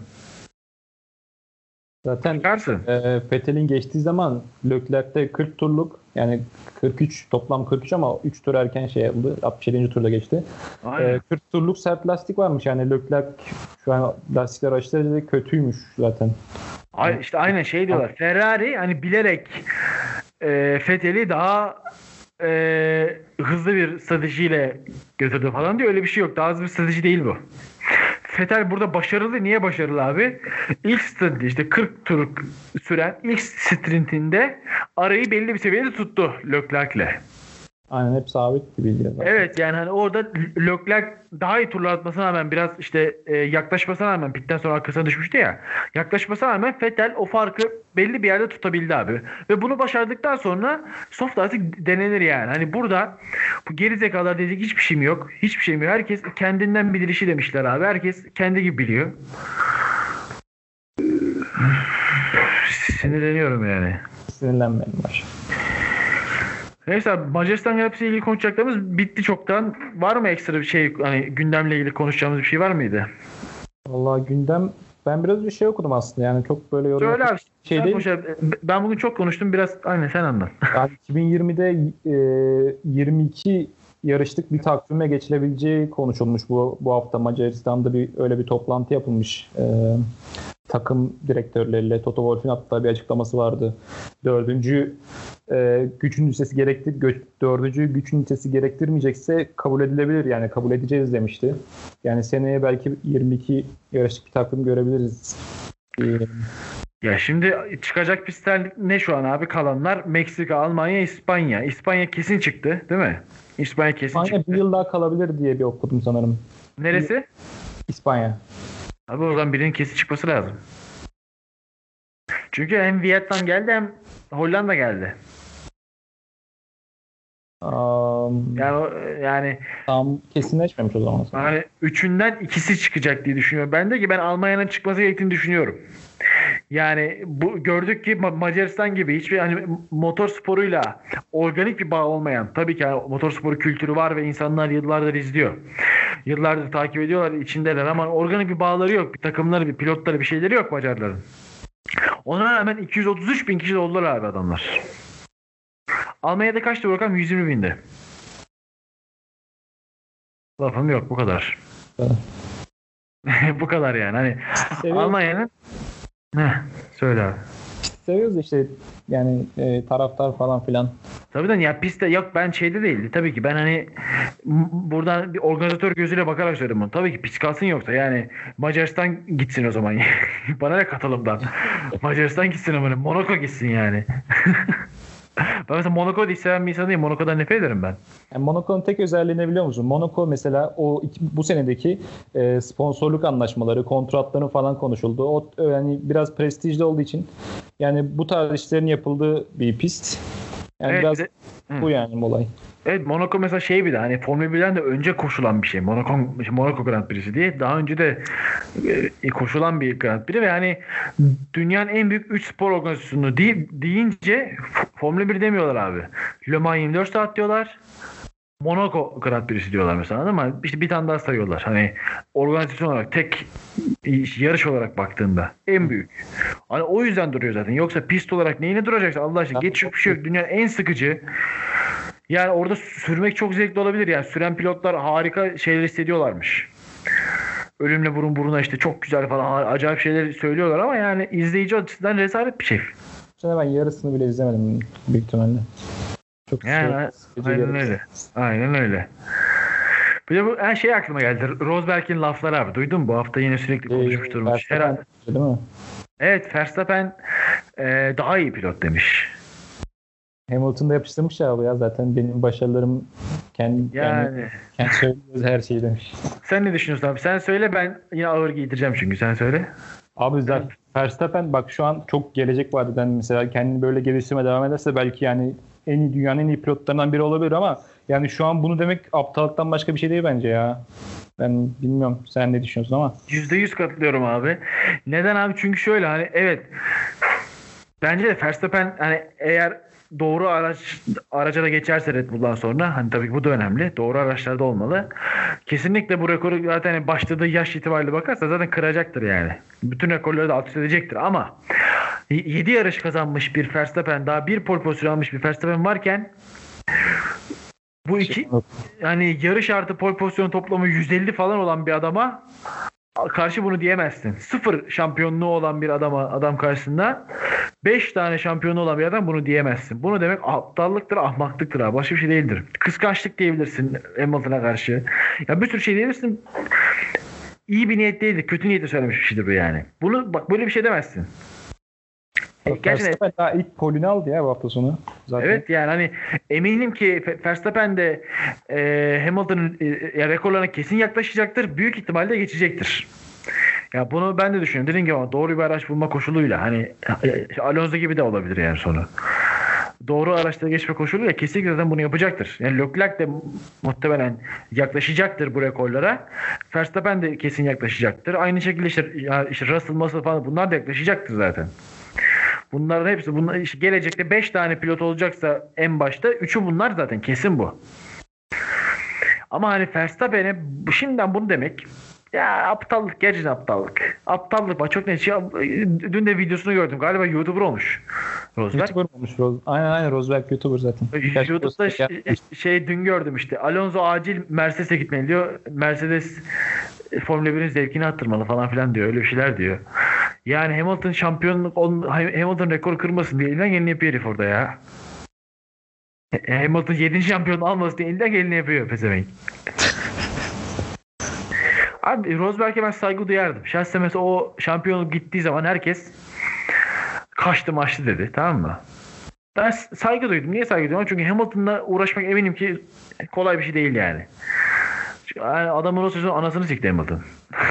Zaten takarsın. Vettel'in geçtiği zaman Leclerc'te 40 turluk yani 43 toplam 43 ama 3 tur erken şey yapıldı. 67. turda geçti. 40 turluk sert lastik varmış. Yani Leclerc şu an lastikler aşırı derecede kötüymüş zaten. İşte aynen şey diyorlar. Ferrari hani bilerek Vettel'i daha hızlı bir stratejiyle götürdü falan diyor. Öyle bir şey yok. Daha hızlı bir strateji değil bu. Vettel burada başarılı. Niye başarılı abi? İlk stint işte 40 tur süren ilk sprintinde arayı belli bir seviyede tuttu Leclerc'le. Aynen hep sabit gibi diyor zaten. Evet yani hani orada Leclerc daha iyi turlar atmasına rağmen biraz işte yaklaşmasına rağmen pitten sonra arkasına düşmüştü ya. Yaklaşmasına rağmen Vettel o farkı belli bir yerde tutabildi abi. Ve bunu başardıktan sonra soft artık denenir yani. Hani burada bu gerizekalılar diyecek hiçbir şeyim yok. Hiçbir şeyim yok. Herkes kendinden bilir işi demişler abi. Herkes kendi gibi biliyor. Sinirleniyorum yani. Sinirlenmeyin var. Neyse abi Macaristan Grand Prix'le ilgili konuşacaklarımız bitti çoktan. Var mı ekstra bir şey hani gündemle ilgili konuşacağımız bir şey var mıydı? Vallahi gündem ben biraz bir şey okudum aslında yani çok böyle yorum Söyle abi. şey değil. Ben bugün çok konuştum biraz aynen sen anlat. Yani 2020'de 22 yarışlık bir takvime geçilebileceği konuşulmuş bu hafta Macaristan'da öyle bir toplantı yapılmış. takım direktörleriyle. Toto Wolff'ün hatta bir açıklaması vardı. Dördüncü güç ünitesi gerektirmeyecekse kabul edilebilir, yani kabul edeceğiz demişti. Yani seneye belki 22 yarışlık bir takım görebiliriz. Ya şimdi çıkacak pistler ne şu an abi? Kalanlar Meksika, Almanya, İspanya. İspanya kesin çıktı değil mi? İspanya kesin İspanya çıktı. bir yıl daha kalabilir diye bir okudum sanırım. Neresi? İspanya. Abi o zaman birinin kesin çıkması lazım. Çünkü hem Vietnam geldi hem Hollanda geldi. Yani Tam kesinleşmemiş o zaman. hani üçünden ikisi çıkacak diye düşünüyorum. Ben de ki ben Almanya'nın çıkması gerektiğini düşünüyorum. Yani bu gördük ki Macaristan gibi hiçbir hani motor sporuyla organik bir bağ olmayan, tabii ki yani motor sporu kültürü var ve insanlar yıllardır izliyor. Yıllardır takip ediyorlar, içindeler ama organik bir bağları yok. Bir takımları, bir pilotları, bir şeyleri yok Macarların. Ona rağmen 233 bin kişi oldular abi adamlar. Almanya'da kaçtı Volkan? 120 binde. Lafım yok, bu kadar. Bu kadar yani. Hani Almanya'nın söyle abi. Seviyoruz işte yani taraftar falan filan. Tabii de ya pistte yok, ben şeyde değildi. Tabii ki ben hani buradan bir organizatör gözüyle bakarak söyledim bunu. Tabii ki pist kalsın, yoksa yani Macaristan gitsin o zaman. Bana ne katılımdan. Macaristan gitsin ama Monaco gitsin yani. Ben mesela Monaco'da hiç seven bir insan değilim. Monaco'dan nefret ederim ben. Yani Monaco'nun tek özelliği ne biliyor musun? Monaco mesela bu senedeki sponsorluk anlaşmaları, kontratların falan konuşuldu. O yani biraz prestijli olduğu için yani bu tarz işlerin yapıldığı bir pist. Yani Evet, biraz bu yani olay. Evet, Monaco mesela şey, bir de hani Formula 1'den de önce koşulan bir şey. Monaco Grand Prix'si diye. Daha önce de koşulan bir Grand Prix ve hani dünyanın en büyük 3 spor organizasyonu deyince Formula 1 demiyorlar abi. Le Mans 24 saat diyorlar. Monaco Grand Prix'si diyorlar mesela, ama işte bir tane daha sayıyorlar. Hani organizasyon olarak, tek yarış olarak baktığında en büyük. Hani o yüzden duruyor zaten. Yoksa pist olarak neyine duracaksın Allah aşkına? Geç bir şey yok. Dünyanın en sıkıcı. Yani orada sürmek çok zevkli olabilir. Yani süren pilotlar harika şeyler hissediyorlarmış. Ölümle burun buruna işte çok güzel falan acayip şeyler söylüyorlar ama yani izleyici açısından rezalet bir şey. Ben yarısını bile izlemedim büyük ihtimalle. Çok yani aynen öyle. Aynen öyle. Bir de bu her şey aklıma geldi. Rosberg'in lafları abi. Duydun mu? Bu hafta yine sürekli konuşmuş durmuş. Herhalde. Değil mi? Evet, Verstappen daha iyi pilot demiş. Hamilton'da yapıştırmış ya bu ya, zaten benim başarılarım kendi söylüyoruz her şeyi demiş. Sen ne düşünüyorsun abi? Sen söyle, ben yine ağır giydireceğim çünkü sen söyle. Abi zaten Verstappen bak şu an çok gelecek vadeden, mesela kendini böyle geliştirmeye devam ederse belki yani dünyanın en iyi pilotlarından biri olabilir ama yani şu an bunu demek aptallıktan başka bir şey değil bence ya. Ben bilmiyorum sen ne düşünüyorsun ama. %100 katılıyorum abi. Neden abi? Çünkü şöyle, hani evet, bence de Verstappen hani eğer doğru araca da geçerse Red Bull'dan sonra, hani tabii ki bu da önemli. Doğru araçlarda olmalı. Kesinlikle bu rekoru zaten başladığı yaş itibariyle bakarsa zaten kıracaktır yani. Bütün rekorları da alt üst edecektir ama 7 yarış kazanmış bir Verstappen, daha bir pole pozisyon almış bir Verstappen varken bu iki yani yarış artı pole pozisyon toplamı 150 falan olan bir adama karşı bunu diyemezsin. 0 şampiyonluğu olan bir adam karşısında 5 tane şampiyonu olan bir adam bunu diyemezsin. Bunu demek aptallıktır, ahmaklıktır abi. Başka bir şey değildir. Kıskançlık diyebilirsin Hamilton'a karşı. Ya bir sürü şey diyebilirsin. İyi bir niyet değildir. Kötü niyetle söylemiş bir şeydir bu yani. Bunu bak, böyle bir şey demezsin. Verstappen daha ilk polünü aldı ya bu hafta sonu. Zaten. Evet yani hani eminim ki Verstappen de Hamilton'ın rekorlarına kesin yaklaşacaktır. Büyük ihtimalle geçecektir. Ya bunu ben de düşünüyorum. Dediğim gibi ama doğru bir araç bulma koşuluyla, hani Alonso gibi de olabilir yani sonu. Doğru araçta geçme koşuluyla kesinlikle zaten bunu yapacaktır. Yani Leclerc de muhtemelen yaklaşacaktır bu rekorlara. Verstappen de kesin yaklaşacaktır. Aynı şekilde işte Russell falan, bunlar da yaklaşacaktır zaten. Bunların hepsi, işte gelecekte 5 tane pilot olacaksa en başta 3'ü bunlar, zaten kesin bu. Ama hani Verstappen'e şimdiden bunu demek ya aptallık, gerçekten aptallık. Aptallık bak, çok net. Dün de videosunu gördüm. Galiba YouTuber olmuş Rosberg. YouTuber olmuş. Aynen Rosberg YouTuber zaten. YouTube'da dün gördüm işte. Alonso acil Mercedes'e gitmeli diyor. Mercedes Formula 1'in zevkini arttırmalı falan filan diyor. Öyle bir şeyler diyor. Yani Hamilton rekoru kırmasın diye elinden geleni yapıyor herif orada ya. Hamilton 7. şampiyonu almasın diye elinden geleni yapıyor pezevenk. Abi Rosberg'e ben saygı duyardım. Şahsen mesela o şampiyonluk gittiği zaman herkes kaçtı maçtı dedi, tamam mı? Ben saygı duydum. Niye saygı duyuyorum? Çünkü Hamilton'la uğraşmak eminim ki kolay bir şey değil yani. Yani adamın o sözün anasını sikti Hamilton.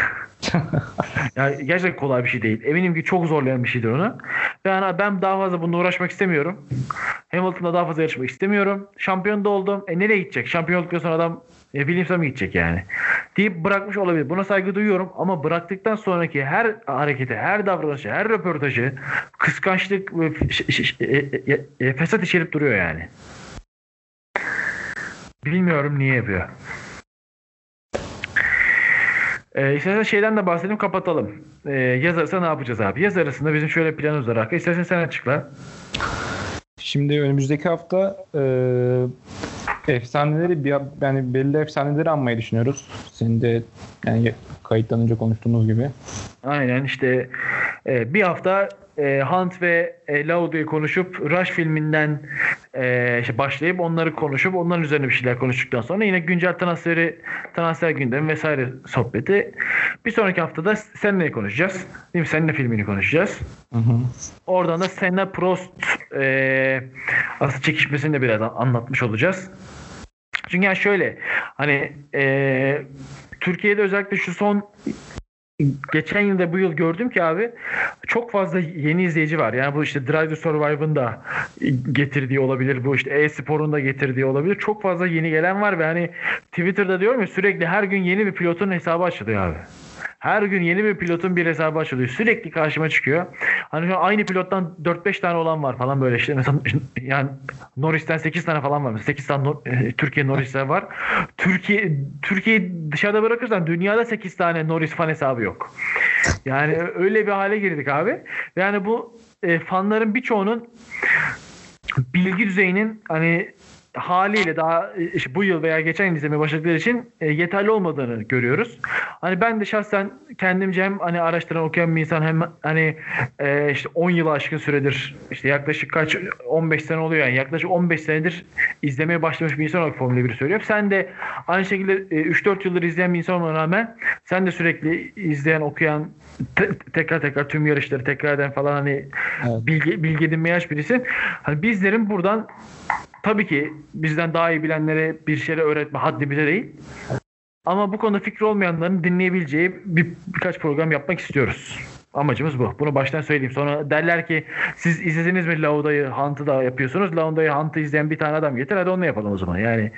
Yani gerçekten kolay bir şey değil. Eminim ki çok zorlayan bir şeydir onu. Yani ben daha fazla bununla uğraşmak istemiyorum. Hamilton'la daha fazla yarışmak istemiyorum. Şampiyon da oldum. Nereye gidecek? Şampiyonluktan sonra adam Williams'a mı gidecek yani? Deyip bırakmış olabilir. Buna saygı duyuyorum ama bıraktıktan sonraki her hareketi, her davranışı, her röportajı kıskançlık ve fesat içerip duruyor yani. Bilmiyorum niye yapıyor. İstersen şeyden de bahsedelim, kapatalım. Yaz arasında ne yapacağız abi? Yaz arasında bizim şöyle planımız var arkadaşlar. İstersen sen açıkla. Şimdi önümüzdeki hafta efsaneleri yani belli efsaneleri anmayı düşünüyoruz. Senin de yani kayıttan önce konuştuğumuz gibi. Aynen işte bir hafta Hunt ve Lauda'yı konuşup Rush filminden işte başlayıp onları konuşup onların üzerine bir şeyler konuştuktan sonra yine güncel transfer gündemi vesaire sohbeti. Bir sonraki haftada Senna'yı konuşacağız. Değil mi? Senna filmini konuşacağız. Hı hı. Oradan da Senna Prost asıl çekişmesini de biraz anlatmış olacağız. Çünkü yani şöyle hani Türkiye'de özellikle şu son geçen yılda bu yıl gördüm ki abi çok fazla yeni izleyici var. Yani bu işte Drive to Survive'ın da getirdiği olabilir. Bu işte e-sporun da getirdiği olabilir. Çok fazla yeni gelen var ve hani Twitter'da diyorum ya sürekli her gün yeni bir pilotun hesabı açılıyor abi. Her gün yeni bir pilotun bir hesabı açılıyor. Sürekli karşıma çıkıyor. Hani şu an aynı pilottan 4-5 tane olan var falan böyle işte. Mesela yani Norris'ten 8 tane falan var. Mesela 8 tane Türkiye Norris'ler var. Türkiye dışarıda bırakırsan dünyada 8 tane Norris fan hesabı yok. Yani öyle bir hale girdik abi. Yani bu fanların birçoğunun bilgi düzeyinin hani haliyle daha işte bu yıl veya geçen yıl izlemeye başladıkları için yeterli olmadığını görüyoruz. Hani ben de şahsen kendimce hem hani araştıran okuyan bir insan hem hani işte 10 yılı aşkın süredir işte yaklaşık 15 sene oluyor yani yaklaşık 15 senedir izlemeye başlamış bir insan olarak Formula 1'i söylüyorum. Sen de aynı şekilde 3-4 yıldır izleyen bir insan olmana rağmen sen de sürekli izleyen, okuyan tekrar tüm yarışları tekrar eden falan hani evet. bilgi edinmeye yaş birisin. Hani bizlerin buradan tabii ki bizden daha iyi bilenlere bir şeyler öğretme haddimize değil. Ama bu konuda fikri olmayanların dinleyebileceği birkaç program yapmak istiyoruz. Amacımız bu. Bunu baştan söyleyeyim. Sonra derler ki siz izlediniz mi Lauda'yı, Hunt'ı da yapıyorsunuz. Lauda'yı, Hunt'ı izleyen bir tane adam getir. Hadi onunla yapalım o zaman. Yani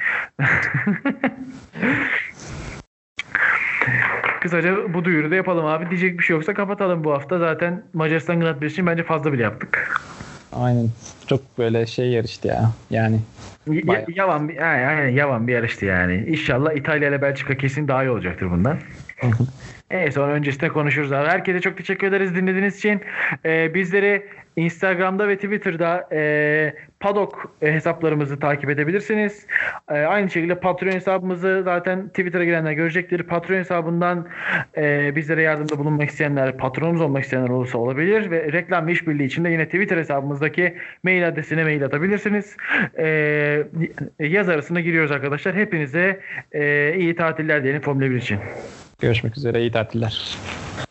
kısaca bu duyuru da yapalım abi. Diyecek bir şey yoksa kapatalım bu hafta. Zaten Macaristan Grand Prix için bence fazla bile yaptık. Aynen. Çok böyle şey yarıştı ya. Yani yavan bir yarıştı yani. İnşallah İtalya ile Belçika kesin daha iyi olacaktır bundan. Sonra öncesinde konuşuruz abi. Herkese çok teşekkür ederiz dinlediğiniz için. Bizleri Instagram'da ve Twitter'da Paddock hesaplarımızı takip edebilirsiniz. Aynı şekilde Patreon hesabımızı zaten Twitter'a girenler görecektir. Patreon hesabından bizlere yardımda bulunmak isteyenler, patronumuz olmak isteyenler olursa olabilir ve reklam ve işbirliği için de yine Twitter hesabımızdaki mail adresine mail atabilirsiniz. Yaz arasında giriyoruz arkadaşlar. Hepinize iyi tatiller diyelim Formula 1 için. Görüşmek üzere. İyi tatiller.